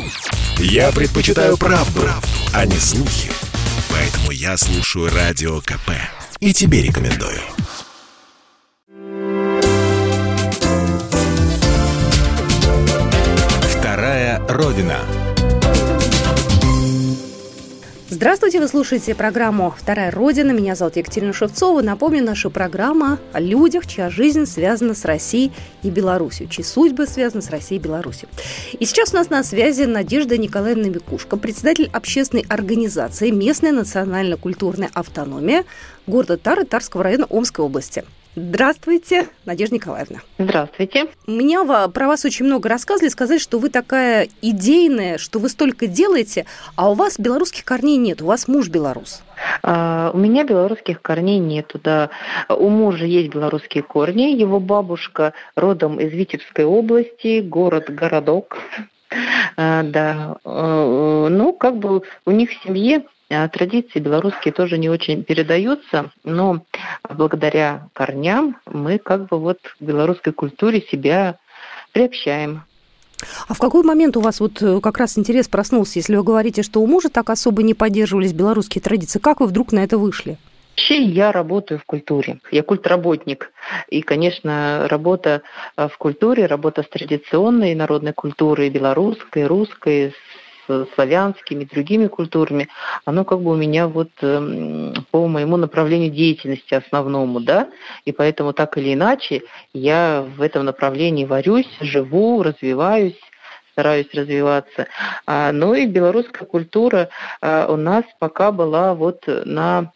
Я предпочитаю правду, а не слухи. Поэтому я слушаю Радио КП. И тебе рекомендую. Вторая Родина. Здравствуйте, вы слушаете программу «Вторая Родина». Меня зовут Екатерина Шевцова. Напомню, наша программа о людях, чья жизнь связана с Россией и Беларусью, чьи судьбы связаны с Россией и Беларусью. И сейчас у нас на связи Надежда Николаевна Микушко, председатель общественной организации «Местная национально-культурная автономия» города Тары Тарского района Омской области. Здравствуйте, Надежда Николаевна. Здравствуйте. Мне про вас очень много рассказывали, сказали, что вы такая идейная, что вы столько делаете, а у вас белорусских корней нет, у вас муж белорус. У меня белорусских корней нету, да. У мужа есть белорусские корни, его бабушка родом из Витебской области, городок. Да, ну, как бы у них в семье традиции белорусские тоже не очень передаются, но благодаря корням мы как бы вот в белорусской культуре себя приобщаем. А в какой момент у вас вот как раз интерес проснулся, если вы говорите, что у мужа так особо не поддерживались белорусские традиции? Как вы вдруг на это вышли? Вообще я работаю в культуре, я культработник. И, конечно, работа в культуре, работа с традиционной народной культурой, белорусской, русской, с славянскими, другими культурами, оно как бы у меня вот по моему направлению деятельности основному, да, и поэтому так или иначе я в этом направлении варюсь, живу, развиваюсь, стараюсь развиваться. Ну и белорусская культура у нас пока была вот на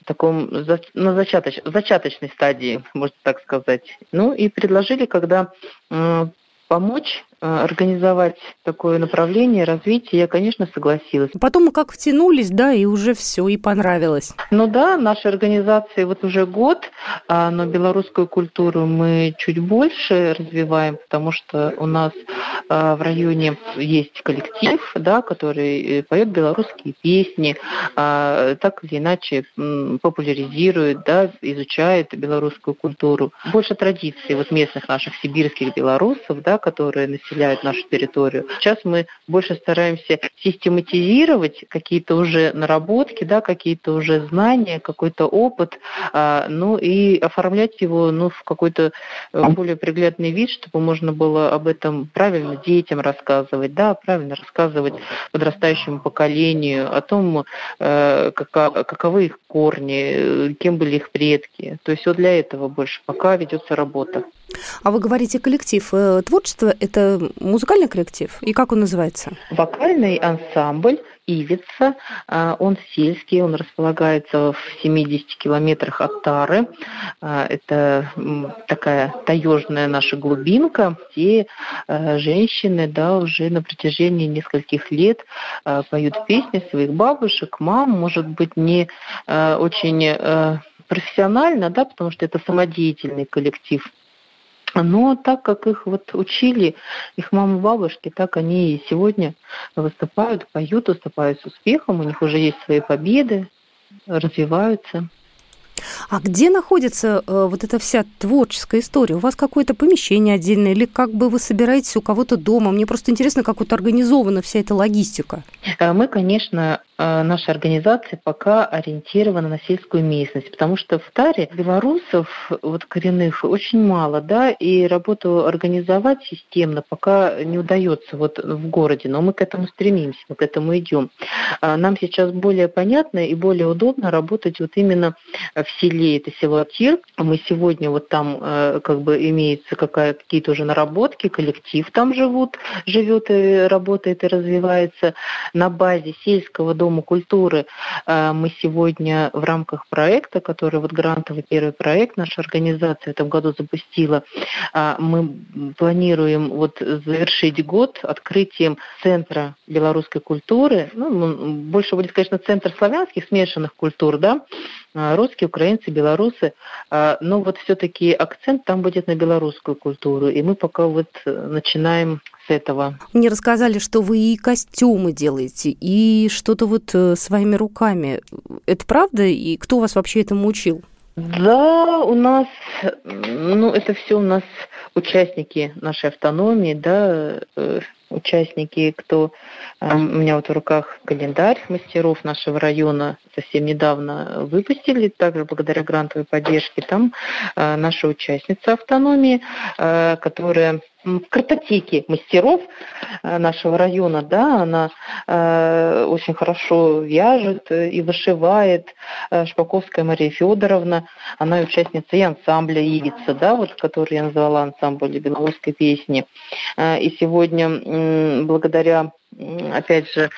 зачаточной стадии, можно так сказать. Ну и предложили, когда помочь организовать такое направление развития, я, конечно, согласилась. Потом мы как втянулись, да, и уже все, и понравилось. Ну да, нашей организации вот уже год, но белорусскую культуру мы чуть больше развиваем, потому что у нас в районе есть коллектив, да, который поет белорусские песни, так или иначе популяризирует, да, изучает белорусскую культуру. Больше традиций вот местных наших сибирских белорусов, да, которые населяют нашу территорию. Сейчас мы больше стараемся систематизировать какие-то уже наработки, да, какие-то уже знания, какой-то опыт, ну и оформлять его в какой-то более приглядный вид, чтобы можно было об этом правильно детям рассказывать, да, правильно рассказывать подрастающему поколению о том, каковы их корни, кем были их предки. То есть вот для этого больше пока ведется работа. А вы говорите коллектив. Творчество – это музыкальный коллектив? И как он называется? Вокальный ансамбль «Ивица». Он сельский, он располагается в 70 километрах от Тары. Это такая таежная наша глубинка, где женщины, да, уже на протяжении нескольких лет поют песни своих бабушек, мам, может быть, не очень профессионально, да, потому что это самодеятельный коллектив. Но так как их вот учили, их мамы и бабушки, так они и сегодня выступают, поют, выступают с успехом, у них уже есть свои победы, развиваются. А где находится вот эта вся творческая история? У вас какое-то помещение отдельное или как бы вы собираетесь у кого-то дома? Мне просто интересно, как вот организована вся эта логистика. Мы, конечно, наша организация пока ориентирована на сельскую местность, потому что в Таре белорусов, вот коренных, очень мало, да, и работу организовать системно пока не удается вот в городе, но мы к этому стремимся, мы к этому идем. Нам сейчас более понятно и более удобно работать вот именно в селе, это село Тир. Мы сегодня вот там как бы имеются какие-то уже наработки, коллектив там живет и работает и развивается. На базе сельского дома культуры мы сегодня в рамках проекта, который вот грантовый первый проект наша организация в этом году запустила, мы планируем вот завершить год открытием центра белорусской культуры. Больше будет, конечно, центр славянских смешанных культур, да, русские, украинцы, белорусы, но вот все-таки акцент там будет на белорусскую культуру, и мы пока вот начинаем с этого. Мне рассказали, что вы и костюмы делаете, и что-то вот своими руками. Это правда? И кто вас вообще этому учил? Да, у нас, это все у нас участники нашей автономии, да, участники, кто... У меня вот в руках календарь мастеров нашего района совсем недавно выпустили, также благодаря грантовой поддержке. Там наша участница автономии, которая в картотеке мастеров нашего района, да, она очень хорошо вяжет и вышивает. Шпаковская Мария Федоровна, она участница и ансамбля «Ивица», да, вот, который я назвала ансамбль белорусской песни. И сегодня благодаря, опять же,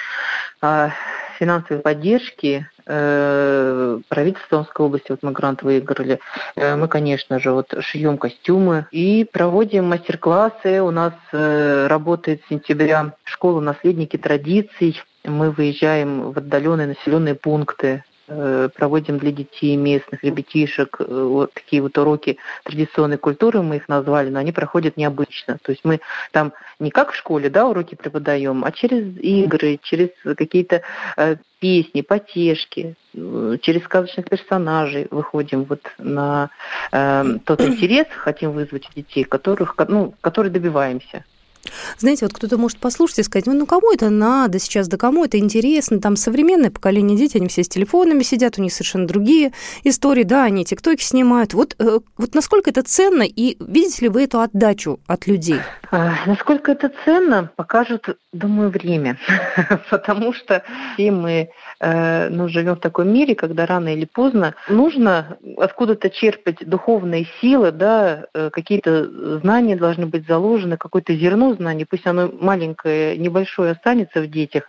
финансовой поддержки правительства Омской области, вот мы грант выиграли, мы, конечно же, вот шьем костюмы и проводим мастер-классы. У нас работает с сентября школа «Наследники традиций». Мы выезжаем в отдаленные населенные пункты, проводим для детей местных, ребятишек, вот такие вот уроки традиционной культуры, мы их назвали, но они проходят необычно. То есть мы там не как в школе, да, уроки преподаем, а через игры, через какие-то песни, потешки, через сказочных персонажей выходим вот на тот интерес, хотим вызвать у детей, которые добиваемся. Знаете, вот кто-то может послушать и сказать, ну кому это надо сейчас, да кому это интересно, там современное поколение дети, они все с телефонами сидят, у них совершенно другие истории, да, они тиктоки снимают. Вот насколько это ценно, и видите ли вы эту отдачу от людей? Насколько это ценно, покажет, думаю, время, потому что все мы живем в таком мире, когда рано или поздно нужно откуда-то черпать духовные силы, да, какие-то знания должны быть заложены, какое-то зерно знаний, пусть оно маленькое, небольшое останется в детях,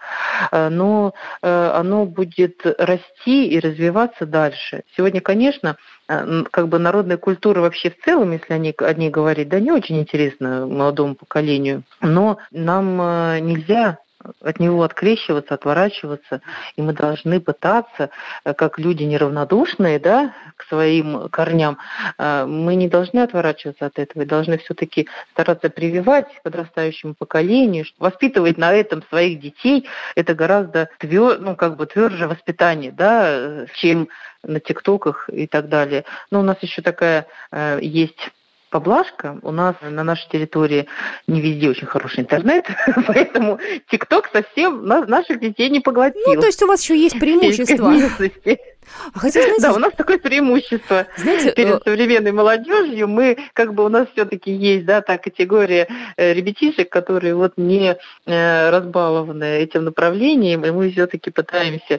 но оно будет расти и развиваться дальше. Сегодня, конечно, как бы народная культура вообще в целом, если о ней говорить, да, не очень интересно молодому поколению, но нам нельзя от него открещиваться, отворачиваться, и мы должны пытаться, как люди неравнодушные, да, к своим корням, мы не должны отворачиваться от этого, и должны все-таки стараться прививать подрастающему поколению, воспитывать на этом своих детей. Это гораздо тверже воспитание, да, чем на тиктоках и так далее. Но у нас еще такая есть поблажка. У нас на нашей территории не везде очень хороший интернет, поэтому ТикТок совсем наших детей не поглотил. Ну, то есть у вас еще есть преимущество. Хотя, знаете, да, у нас такое преимущество. Знаете, перед современной молодежью у нас все-таки есть, да, та категория ребятишек, которые вот не разбалованы этим направлением, и мы все-таки пытаемся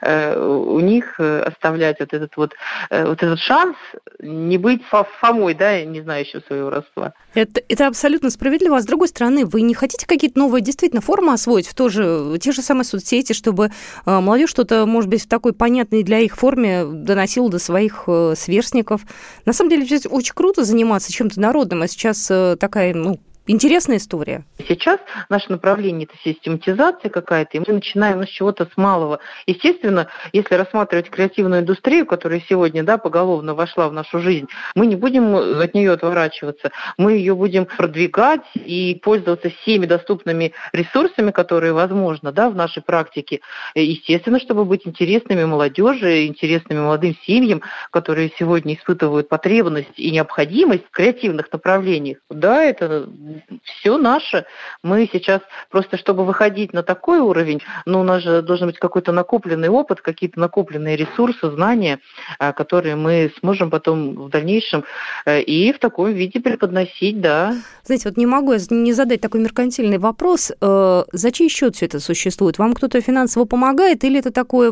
у них оставлять вот этот шанс не быть Фомой, да, не знающим своего родства. Это абсолютно справедливо. А с другой стороны, вы не хотите какие-то новые действительно формы освоить в те же самые соцсети, чтобы молодежь что-то, может быть, в такой понятной для их форме доносила до своих сверстников? На самом деле, здесь очень круто заниматься чем-то народным, а сейчас такая, интересная история. Сейчас наше направление – это систематизация какая-то, и мы начинаем с чего-то с малого. Естественно, если рассматривать креативную индустрию, которая сегодня, да, поголовно вошла в нашу жизнь, мы не будем от нее отворачиваться. Мы ее будем продвигать и пользоваться всеми доступными ресурсами, которые возможно, да, в нашей практике. Естественно, чтобы быть интересными молодежи, интересными молодым семьям, которые сегодня испытывают потребность и необходимость в креативных направлениях. Да, это все наше. Мы сейчас просто, чтобы выходить на такой уровень, у нас же должен быть какой-то накопленный опыт, какие-то накопленные ресурсы, знания, которые мы сможем потом в дальнейшем и в таком виде преподносить, да. Знаете, вот не могу не задать такой меркантильный вопрос. За чей счет все это существует? Вам кто-то финансово помогает, или это такое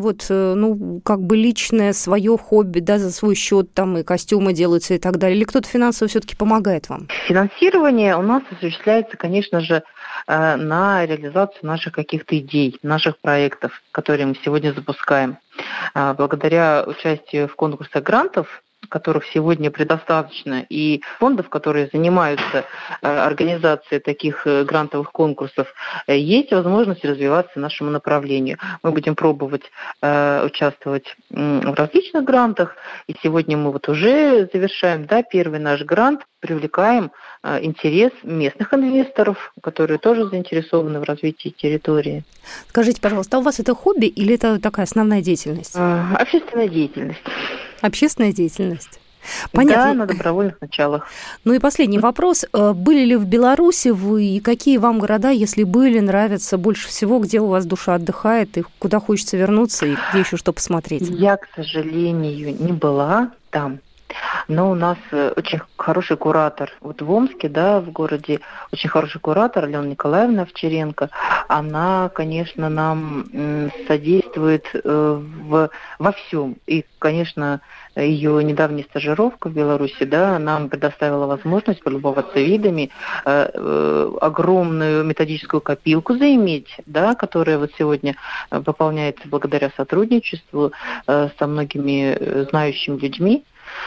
личное свое хобби, да, за свой счет, там и костюмы делаются и так далее, или кто-то финансово все-таки помогает вам? Финансирование у нас осуществляется, конечно же, на реализацию наших каких-то идей, наших проектов, которые мы сегодня запускаем. Благодаря участию в конкурсах грантов, которых сегодня предостаточно, и фондов, которые занимаются организацией таких грантовых конкурсов, есть возможность развиваться нашему направлению. Мы будем пробовать участвовать в различных грантах, и сегодня мы уже завершаем, да, первый наш грант, привлекаем интерес местных инвесторов, которые тоже заинтересованы в развитии территории. Скажите, пожалуйста, а у вас это хобби или это такая основная деятельность? Общественная деятельность. Общественная деятельность. Понятно. Да, на добровольных началах. Ну и последний вопрос. Были ли в Беларуси вы, и какие вам города, если были, нравятся больше всего, где у вас душа отдыхает, и куда хочется вернуться, и где еще что посмотреть? Я, к сожалению, не была там. Но у нас очень хороший куратор. Вот в Омске, да, в городе, очень хороший куратор Алена Николаевна Овчаренко. Она, конечно, нам содействует во всем. И, конечно, ее недавняя стажировка в Беларуси, да, нам предоставила возможность полюбоваться видами, огромную методическую копилку заиметь, да, которая вот сегодня пополняется благодаря сотрудничеству со многими знающими людьми.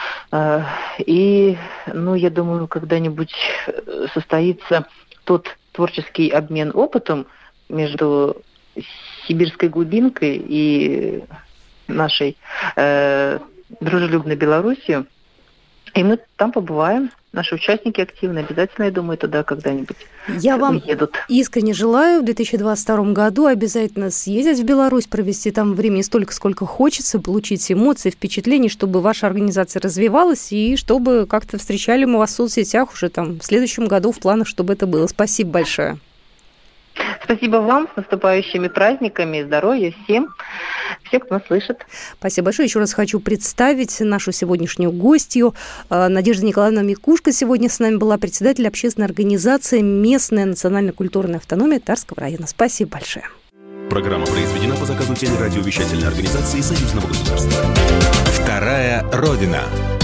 И, я думаю, когда-нибудь состоится тот творческий обмен опытом между сибирской глубинкой и нашей дружелюбной Белоруссией. И мы там побываем. Наши участники активны. Обязательно, я думаю, туда когда-нибудь Я вам уедут. Искренне желаю в 2022 году обязательно съездить в Беларусь, провести там времени столько, сколько хочется, получить эмоции, впечатления, чтобы ваша организация развивалась и чтобы как-то встречали мы вас в соцсетях уже там в следующем году в планах, чтобы это было. Спасибо большое. Спасибо вам, с наступающими праздниками, здоровья всем, все, кто нас слышит. Спасибо большое. Еще раз хочу представить нашу сегодняшнюю гостью. Надежда Николаевна Микушка сегодня с нами была, председатель общественной организации «Местная национально-культурная автономия» Тарского района. Спасибо большое. Программа произведена по заказу телерадиовещательной организации Союзного государства. Вторая Родина.